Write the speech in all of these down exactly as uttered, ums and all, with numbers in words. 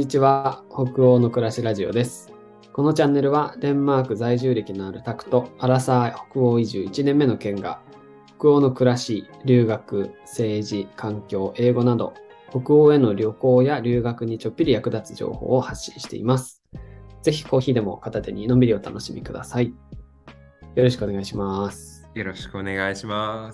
にちは、北欧の暮らしラジオです。このチャンネルはデンマーク在住歴のあるタクとアラサー北欧移住いちねんめのケンが北欧の暮らし、留学、政治、環境、英語など北欧への旅行や留学にちょっぴり役立つ情報を発信しています。ぜひコーヒーでも片手にのんびりお楽しみください。よろしくお願いします。 よろしくお願いします。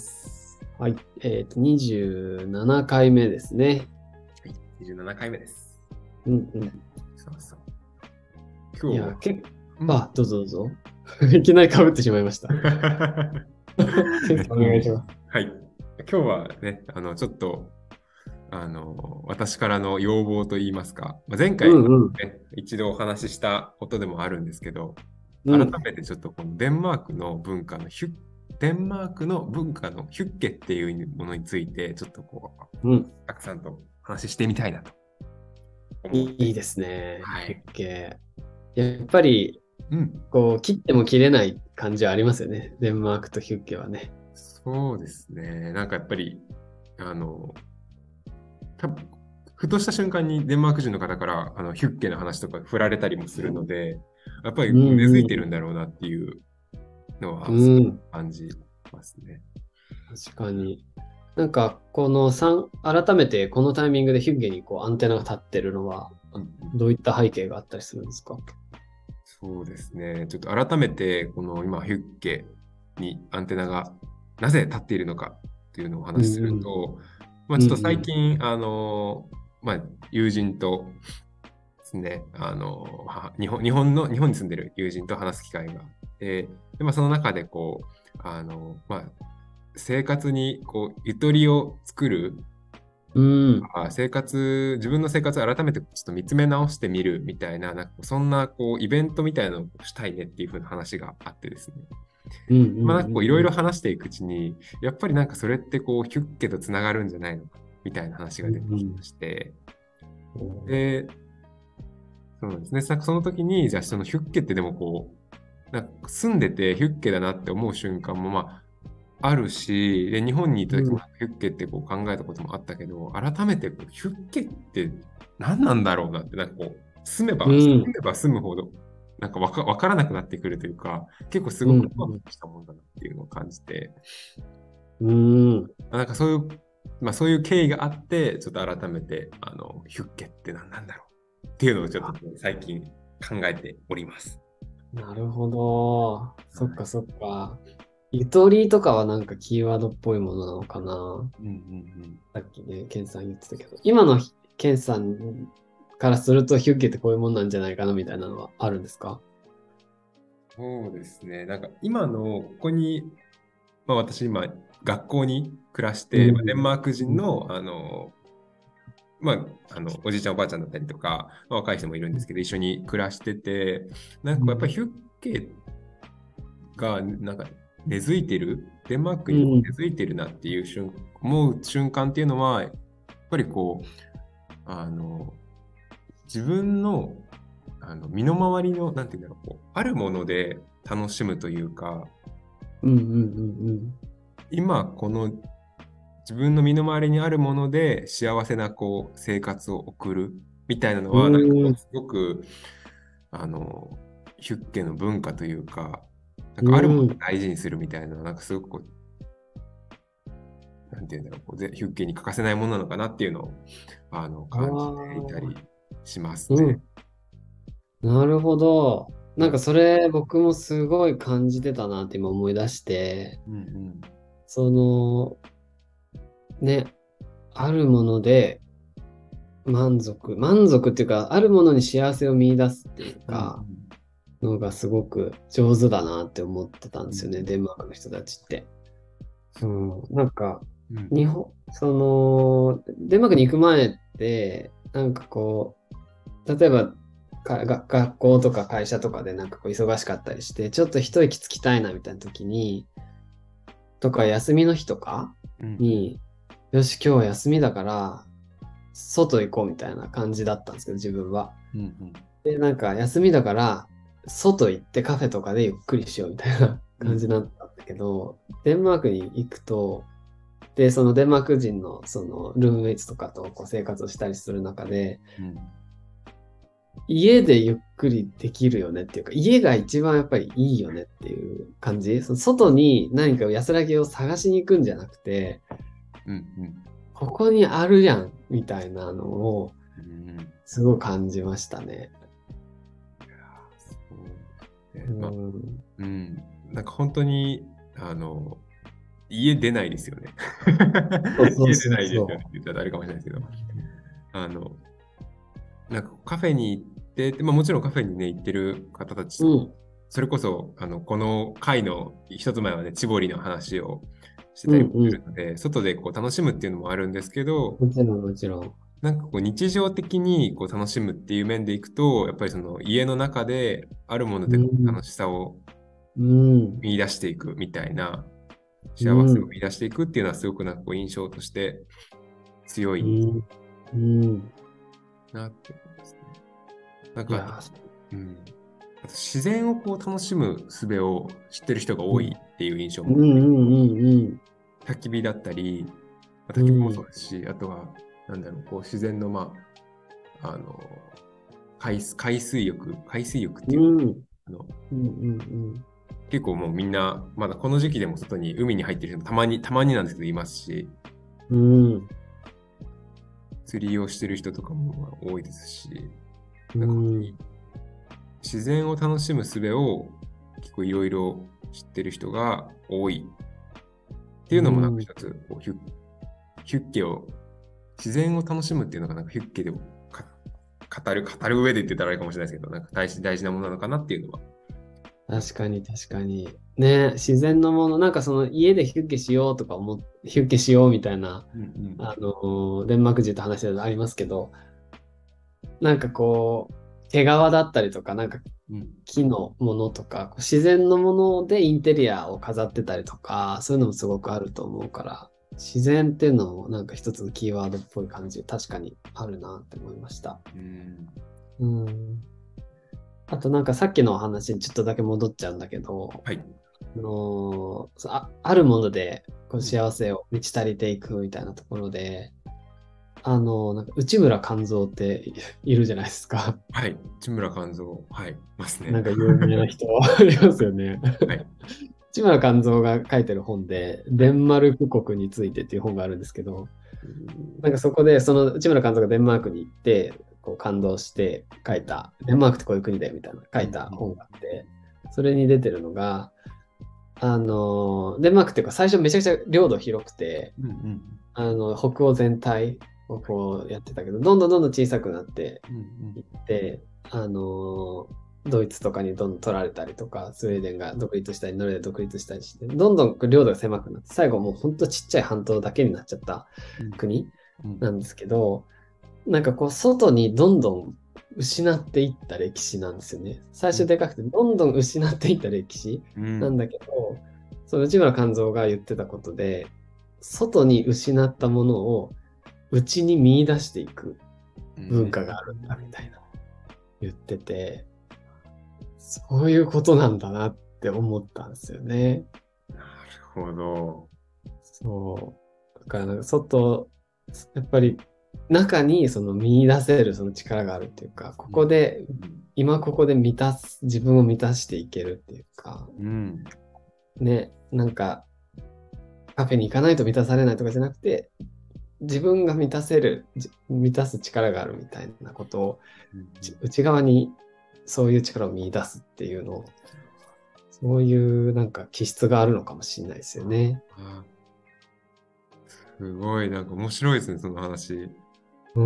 はい、えっとにじゅうななかいめですね。 はい、にじゅうななかいめです。 うんうん。 そうそう。今日は。 いや、けうん、 あ、どうぞどうぞ。いきなり被ってしまいました。ケンさんお願いします。 はい。今日はね、あの、ちょっと、あの、私からの要望といいますか、まあ、前回、ね、 うんうん。 一度お話ししたことでもあるんですけど、改うん。 めてちょっとこのデンマークの文化のヒュッ、デンマークの文化のヒュッケっていうものについて、ちょっとこう、 うん。 たくさんと話してみたいなと思って。 いいですね。ヒュッはい。 ケ。やっぱり、 うん。 こう、切っても切れない感じはありますよね。デンマークとヒュッケはね。 そうですね。なんかやっぱり、あの、たふとした瞬間にデンマーク人の方からあのヒュッケの話とか振られたりもするので、やっぱりうん根付いてるうん。 んだろうなっていうのうはすごくん。 感じますね。 確かに。なんか、このさん、改めてこのタイミングでヒュッケにこうアンテナが立ってるのは、 うんうん、 どういった背景があったりするんですか？ そうですね。ちょっと改めて、この今、ヒュッケにアンテナがなぜ立っているのかっていうのをおうん話しするうん。 と、まあ、 うんちょっとうん。 最近、あの、まあ、友人とですね、あの、は日本、日本の、日本に住んでる友人と話す機会があって、で、まあ、その中で、こう、あの、まあ、生活に、こう、ゆとりを作る、 うん。 あ生活、自分の生活を改めてちょっと見つめ直してみるみたいな、なんかそんな、こう、イベントみたいなのをしたいねっていう風な話があってですね。 うんうんまあ、なんかこう、いろいろうん話していくうちに、やっぱりなんかそれってこう、ヒュッケとつながるんじゃないのか、みたいな話うん。 が出てきまうんして、 うん。 で、そうなんですね。さその時に、じゃあそのヒュッケってでもこう、なんか住んでてヒュッケだなって思う瞬間もまああるし、で日本にいた時もうんヒュッケってこう考えたこともあったけど、改めてこうヒュッケって何なんだろうなって、なんかこう、住めば、住うんめば住むほど、なんかわかわからなくなってくるというか、結構すうんごくふわふわしたもんだなっていうのを感じて、 うん。 なんかそういう、まあそういう経緯があって、ちょっと改めて、あの、ヒュッケって何なんだろうっていうのをちょっと最近考えております。 なるほど。 はい。 そっかそっか。ゆとりとかはなんかキーワードっぽいものなのかな。 うんうんさっきね、ケンさん言ってたけど。今のケンさんからするとヒュッケってこういうもんなんじゃないかなみたいなのはあるんですか？ うん。そうですね。なんか今のここに、まあ私今学校に暮らして、まあデンうん。 マーク人うん。 の、あの、まあ、あの、おじいちゃんおばあちゃんだったりとか、まあ、若い人もいるんですけど、一緒に暮らしてて、なんかこうやっぱりヒュッケがなんか根付いてる、デンマークにこう根うん。 付いてるなっていう瞬思う瞬間っていうのは、やっぱりこう、あの、自分の、あの身の回りの、なんていうんだろう、こうあるもので楽しむというか、 うんうんうん今この自分の身の回りにあるもので幸せなこう生活を送るみたいなのうん。 は、なんかうーん。 こうすごく、あの、ヒュッケの文化というか、なんかあるものをうん。 大事にするみたいな、なんかすごくこう、なんていうんだろう、こうぜヒュッケに欠かせないものなのかなっていうのをあのあ感じていたりあ。 しますね。 うん。なるほど。なんかうん。 それ僕もすごい感じてたなって今思い出して、 うんうん。 その、ね、あるもので満足、満足っていうか、あるものに幸せを見出すっていううんうか、 ん。 のがすごく上手だなって思ってたんですよね、 うんうん。 デンマークの人たちって。うそう。 ん、なんか、 うん。 日本、その、デンマークに行く前って、なんかこう、例えば、かが学校とか会社とかでなんかこう忙しかったりして、ちょっと一息つきたいなみたいな時に、とか休みの日とかうんうん。 に、よし、今日は休みだから、外行こうみたいな感じだったんですけど、自分は。 うんうん。 で、なんか休みだから、外行ってカフェとかでゆっくりしようみたいなうん感じだったんだけど、デンマークに行くと、で、そのデンマーク人のそのルームメイツとかとこう生活をしたりする中で、 うん。 家でゆっくりできるよねっていうか、家が一番やっぱりいいよねっていう感じ。その外に何か安らぎを探しに行くんじゃなくて、 うんうんここにあるやんみたいなのをうんすごい感じましたね。 そうねうまあん、 うん、なんか本当に、あの、家出ないですよね。 そうそう家出そうそないですよねって言ったらあれかもしれないですけど、あの、なんかカフェに行って、まあ、もちろんカフェにね、行ってる方たちう。 と、 うん、 それこそ、あの、この回の一つ前はね、チボリの話をしてうん、 たりもうん。 するので、外でこう楽しむっていうのもあるんですけど、 もちろん、もちろん。 なんかこう日常的にこう楽しむっていう面でいくと、やっぱりその家の中であるものうでん、 楽しさをうん、 見出していくみたいな、 う幸せをん、 見出していくっていうのはすごくなんかこう印象として強いうん、うん。 なって思いますね。なんかあと、 いや、 うん。あと自然をこう楽しむ術を知ってる人が多いうん、 っていう印象うん、 もあって、 うん、うん、 焚き火だったり、まあ焚き火もそううん、 ですし、あとは、なんだろう、こう自然の、まあ、あの、海水海水浴、海水浴っていうの、 うん、うん、 あの、 うん、うん、 結構もうみんな、まだこの時期でも外に、海に入ってる人もたまに、たまになんですけどいますし、 うん、 釣りをしてる人とかもまあ多いですし、 うなんか本当ん、 に自然を楽しむ術を結構いろいろ知ってる人が多いっていうのもなんか一つこうヒュッ、ヒュッケを、自然を楽しむっていうのがなんかヒュッケでもか語る、語る上でって言ったらあれかもしれないですけど、なんか大事、大事なものなのかなっていうのは。 確かに確かに。ね、自然のもの、なんかその家でヒュッケしようとか思っ、ヒュッケしようみたいな、 うんうんあの、デンマーク人と話してたのありますけど、なんかこう、毛皮だったりとか、なんかうん木のものとか、こう自然のものでインテリアを飾ってたりとか、そういうのもすごくあると思うから、自然っていうのもなんか一つのキーワードっぽい感じ、確かにあるなって思いました。 うんうん。あとなんかさっきのお話にちょっとだけ戻っちゃうんだけど、 はい。 あのーあ、あるものでこううん幸せを満ち足りていくみたいなところで、あのーなんか内村勘三っているじゃないですか。 はい。内村勘三。はい。いますね。 なんか有名な人ありますよね。 はい。 内村勘三が書いてる本で、 はい。 デンマルク国についてっていう本があるんですけど、 うんなんかそこでその内村勘三がデンマークに行って、こう感動して書いた、デンマークってこういう国だよみたいな書いた本があって、それに出てるのが、あの、デンマークっていうか最初めちゃくちゃ領土広くて、 うんうんあの、北欧全体をこうやってたけど、どんどんどんどん小さくなってうんいって、あの、ドイツとかにどんどん取られたりとか、スウェーデンが独立したり、ノルウェー独立したりして、どんどん領土が狭くなって、最後もうほんとちっちゃい半島だけになっちゃったうん国うんなんですけど、なんかこう、外にどんどん失っていった歴史なんですよね。最初でかくて、どんどん失っていった歴史うんなんだけど、その内村勘三が言ってたことで、外に失ったものを内に見出していく文化があるんだみたいな言ってて、そういうことなんだなって思ったんですよね。 なるほど。 そう。だからなんか外、やっぱり中にその見出せるその力があるっていうか、ここで、今ここで満たす、自分を満たしていけるっていうか、 うん。 ね、なんかカフェに行かないと満たされないとかじゃなくて、自分が満たせる、じ満たす力があるみたいなことを、ち内側にそういう力を見出すっていうのを、そういうなんか気質があるのかもしれないですよね。 あすごい、なんか面白いですね、その話。 うん。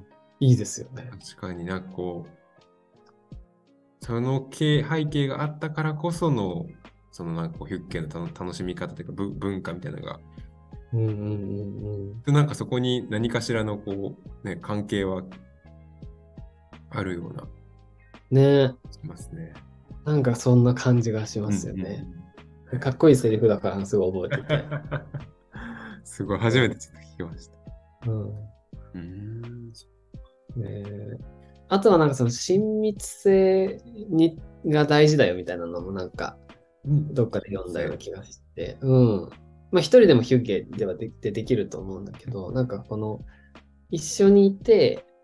いいですよね。 確かになんかこう、その経背景があったからこその、そのなんかこう、ヒュッケの楽楽しみ方というか、ぶ文化みたいなのが、 うんうんうんでなんかそこに何かしらのこう、ね、関係はあるような、 うん。ね、 しますね。 なんかそんな感じがしますようんうんね。かっこいいセリフだからすごい覚えてて。 すごい、初めてちょっと聞きました。 うんうーん。 ね、あとはなんかその親密性にが大事だよみたいなのもなんかどっかで読んだような気がして、うん。まあ一人でもヒュッゲではででできると思うんだけど、なんかこの一緒にいて、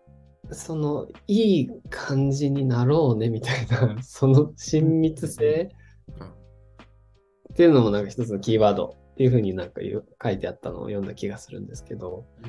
その、いい感じになろうねみたいな、その親密性あ、 っていうのもなんか一つのキーワードっていうふうになんか言う書いてあったのを読んだ気がするんですけど、 うん。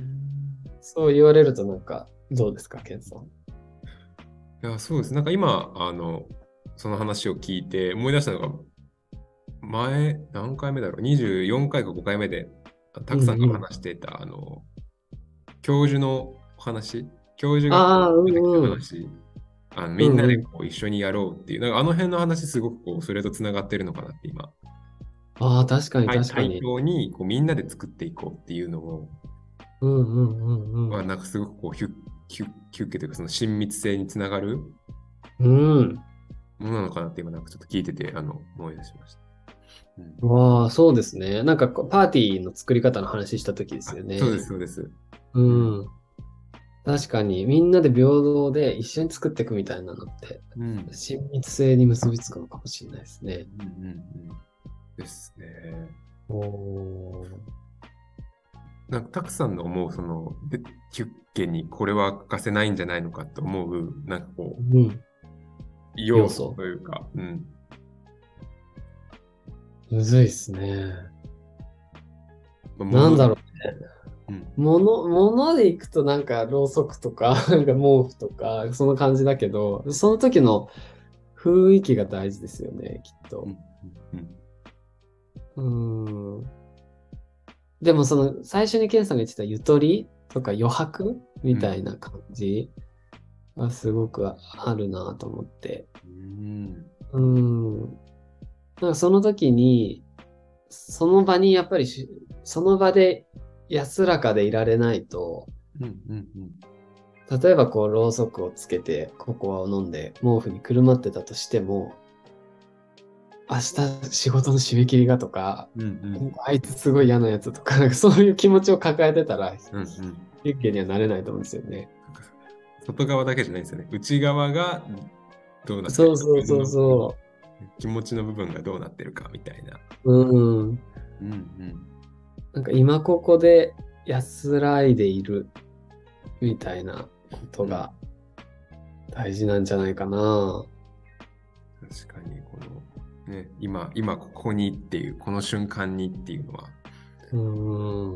そう言われるとなんかどうですか、ケンさん。 いや、そうです。なんか今、あの、その話を聞いて思い出したのが、前、何回目だろう？ にじゅうよん 回かごかいめで、たくさんがうんうん。 話していた、あの、教授の話、教授がああ、う出てきたんうん。 話、あのみんなでうんうん。 こう一緒にやろうっていう、なんかあの辺の話、すごくこうそれとつながってるのかなって今、 ああ、確かに対対確かに。 等にこうみんなで作っていこうっていうのを、 うんうんうんうん。 はなんかすごくこうヒュッ、ヒュッ、ヒュッケというか、その親密性につながるうん。 ものなのかなって今、なんかちょっと聞いてて、あの、思い出しました。うん、 わあ、そうですね。なんかこうパーティーの作り方の話した時ですあ、 よね。 そうです、そうです。うん、 うん。確かに、みんなで平等で一緒に作っていくみたいなのって、 うん、 親密性に結びつくのかもしれないですね。 うん、うん、うん。ですね。 おー。 なんか、たくさんの思う、その、でヒュッケにこれは欠かせないんじゃないのかと思う、なんかこうん。 う、要素要素。 というか、うん。 むずいっすね。 まあ、もの、 なんだろうん、 う。もの、ものでいくとなんかろうそくとか、なんか毛布とか、その感じだけど、その時の雰囲気が大事ですよね、きっと。 うん、うん、 うーん。でもその最初にケンさんが言ってたゆとりとか余白みうん、 たいな感じはすごくあるなと思って。 うん、 うーん。なんかその時に、その場にやっぱりしその場で安らかでいられないと、 うん、うん、うん、 例えばこうろうそくをつけてココアを飲んで毛布にくるまってたとしても、明日仕事の締め切りがとか、 うん、うん、 あいつすごい嫌なやつとか、なんかそういう気持ちを抱えてたら、 うん、うん。 ユッケにはなれないと思うんですよね。 なんか外側だけじゃないんですよね。内側がどうなってるか、 そうそうそう自分のそ気持ちの部分がどうなってるかみたいな。 う。うん。 うん、うん。 なんか今ここで安らいでいるみたいなことうん、 が大事なんじゃないかな。 確かに、この、ね、今、今ここにっていう、この瞬間にっていうのは、 うん。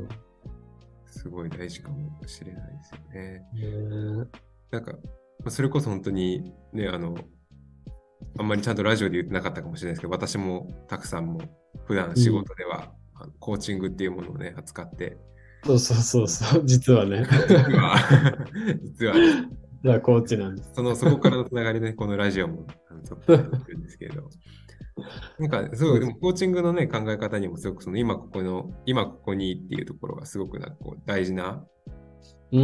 すごい大事かもしれないですよね。 ねなんか、まあそれこそ本当に、ね、あの、あんまりちゃんとラジオで言ってなかったかもしれないですけど、私もたくさんも普段仕うん。 事では、あのコーチングっていうものをね、扱って、 そうそうそうそう。実はね。 実は実はです。 実はコーチなんです。 その、そこからのつながりで、このラジオもあの撮ってるんですけど、なんか、そう、 そうです。 でもコーチングのね、考え方にもすごくその今ここの、今ここにっていうところがすごくなんかこう大事な、 うん。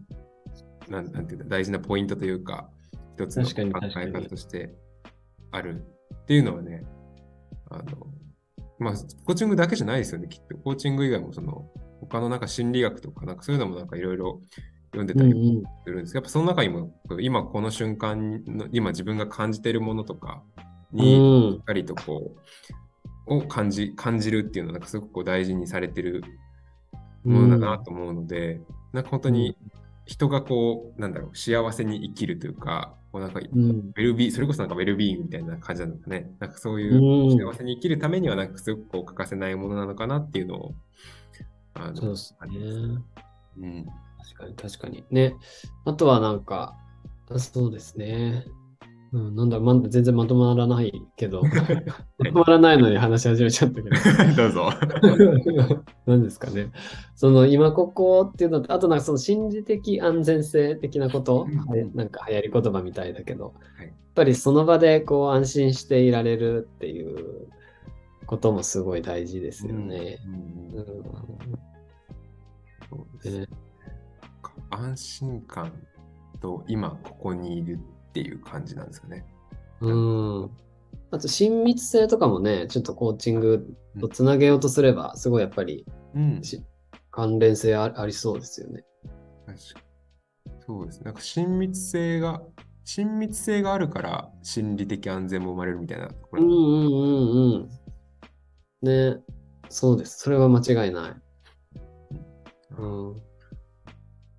なんなんていうか、大事なポイントというか、一つの確かに考え方確かに。 としてあるっていうのはね、あの、まあ、コーチングだけじゃないですよね、きっと。コーチング以外もその、他のなんか心理学とか、なんかそういうのもなんかいろいろ読んでうんたりうん。 するんですけど、やっぱその中にも、今この瞬間の、今自分が感じているものとかうに、しん。 っかりとこう、を感じ、感じるっていうのは、なんかすごくこう大事にされてるうものだなん。 と思うので、なんか本当うん。 に人がこう、なんだろう、幸せに生きるというか、こうなんかウうん。 ェルビー、それこそなんかウェルビーイングみたいな感じなんですかね。なんかそうういう幸ん。 せに生きるためには、なんかすごくこう欠かせないものなのかなっていうのを、あの、 そうですありますね。 ね。 うん。 確かに確かに。ね。あとはなんか、あそうですね。うん、なんだ、ま、全然まとまらないけど、まはい。 とまらないのに話し始めちゃったけど。 どうぞ。 何ですかね。その今ここっていうのと、あとなんかその心理的安全性的なこと、 うん、 はやうん。 なんか流行り言葉みたいだけど、やっはい。 ぱりその場でこう安心していられるっていうこともすごい大事ですうん、 よね。 うん、うん。 うん。 そうですね。 ね安心感と今ここにいるっていう感じなんですかね。なんうん。あと親密性とかもね、ちょっとコーチングうん、 とつなげようとすれば、すごいやっぱりうん、 し関連性あ、ありそうですよね。 確かにそうですね。なんか親密性が、親密性があるから心理的安全も生まれるみたいなところうんうなんです。 んうんうん。ね。そうです。それは間違いない。 うん、 うん。 な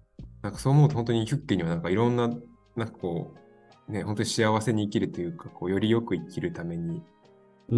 なんかそう思うと本当にヒュッケにはなんかいろんな、なんかこう、ね、本当に幸せに生きるというか、こうよりよく生きるために、 うん。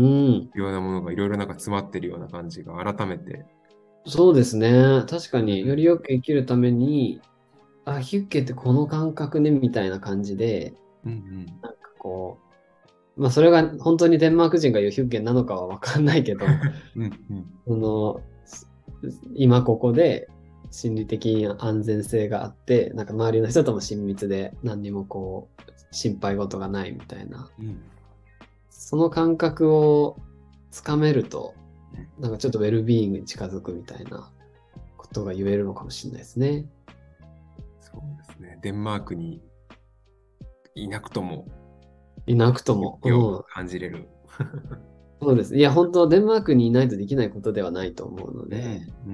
必要なものがいろいろなんか詰まってるような感じが改めて。 そうですね。確かに、ようん、 りよく生きるために、あ、ヒュッケってこの感覚ね、みたいな感じで、 うん、 なんかこう、まあ、それが本当にデンマーク人が言うヒュッケなのかはわかんないけど、 うん。うん、うん。 その、今ここで心理的に安全性があって、なんか周りの人とも親密で何にもこう、心配事がないみたいな、 うん、 その感覚をつかめると、なんかちょっとウェルビーイングに近づくみたいなことが言えるのかもしれないですね。 そうですね。デンマークにいなくとも、 いなくとも。 気をうん。 感じれる。 そうです。いや、本当デンマークにいないとできないことではないと思うのうん、 で。 うん、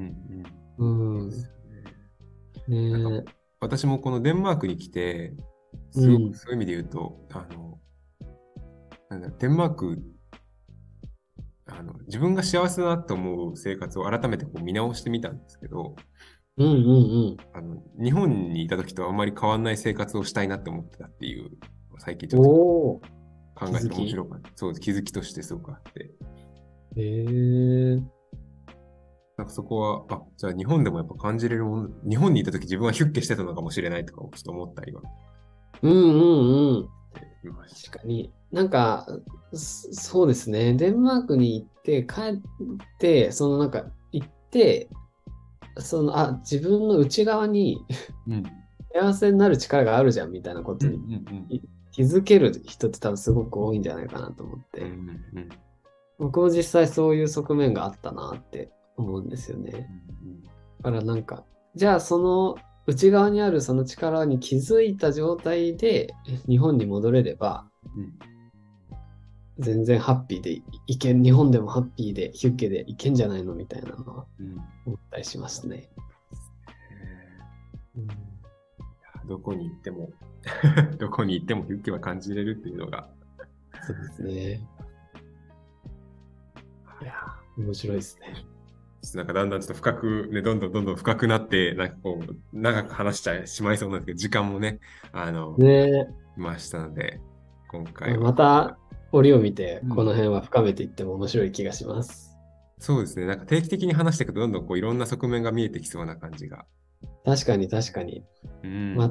ううん。でん。 すよね。なんかねえ。 私もこのデンマークに来て、すごくうん。 そういう意味で言うと、あの、なんだ、デンマーク、あの、自分が幸せだなと思う生活を改めてこう見直してみたんですけど、 うんうんあの、日本にいた時とあんまり変わんない生活をしたいなって思ってたっていう、最近ちうん。 ょっとおお、 考えて面気づき。 白かった。そうです。気づきとしてすごくあって。 へえ。 なんかそこは、あ、じゃあ日本でもやっぱ感じれるもの、日本にいた時自分はヒュッケしてたのかもしれないとかをちょっと思ったりはうんうんうん。 しました。 確かに。なんか、そそうですね。デンマークに行って帰って、そのなんか行って、その、あ、自分の内側にうん。 幸せになる力があるじゃんみたいなこうんうとにんい気づける人って多分すごく多いんじゃないかなと思っうん。うて。 んうん僕も実際そういう側面があったなって思うんですよね。 うんだからなんか、じゃあその内側にあるその力に気づいた状態で日本に戻れれば、 うん。 全然ハッピーでいけん、日本でもハッピーでヒュッケでいけんじゃないのみたいなのはうん。 思ったりしますね。 えうん、 ーどこに行ってもどこに行ってもヒュッケは感じれるっていうのが、 そうですね。いやー、面白いですね。 ちょっとなんかだんだんちょっと深く、ね、どんどんどんどん深くなって、なんかこう、長く話しちゃいしまいそうなんですけど、時間もね、あの、 ねいましたので、今え、 回は。 また折を見てうん、 この辺は深めていっても面白い気がします。 そうですね。なんか定期的に話していくと、どんどんこういろんな側面が見えてきそうな感じが。 確かに確かに。 うん。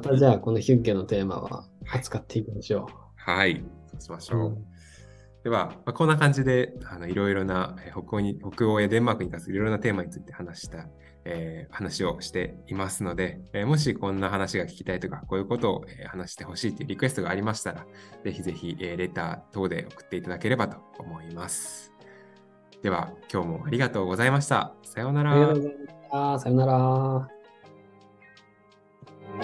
またじゃあこのヒュッケのテーマははい。 扱っていきましょはい。そうしましう。うょう。 ん、 では、まあ、こんな感じで、あのいろいろなえー北欧に、北欧やデンマークに関するいろいろなテーマについて話した、えー話をしていますので、えーもしこんな話が聞きたいとか、こういうことをえー話してほしいというリクエストがありましたら、ぜひぜひ、えーレター等で送っていただければと思います。では、今日もありがとうございました。さようなら。 ありがとうございました。さよなら。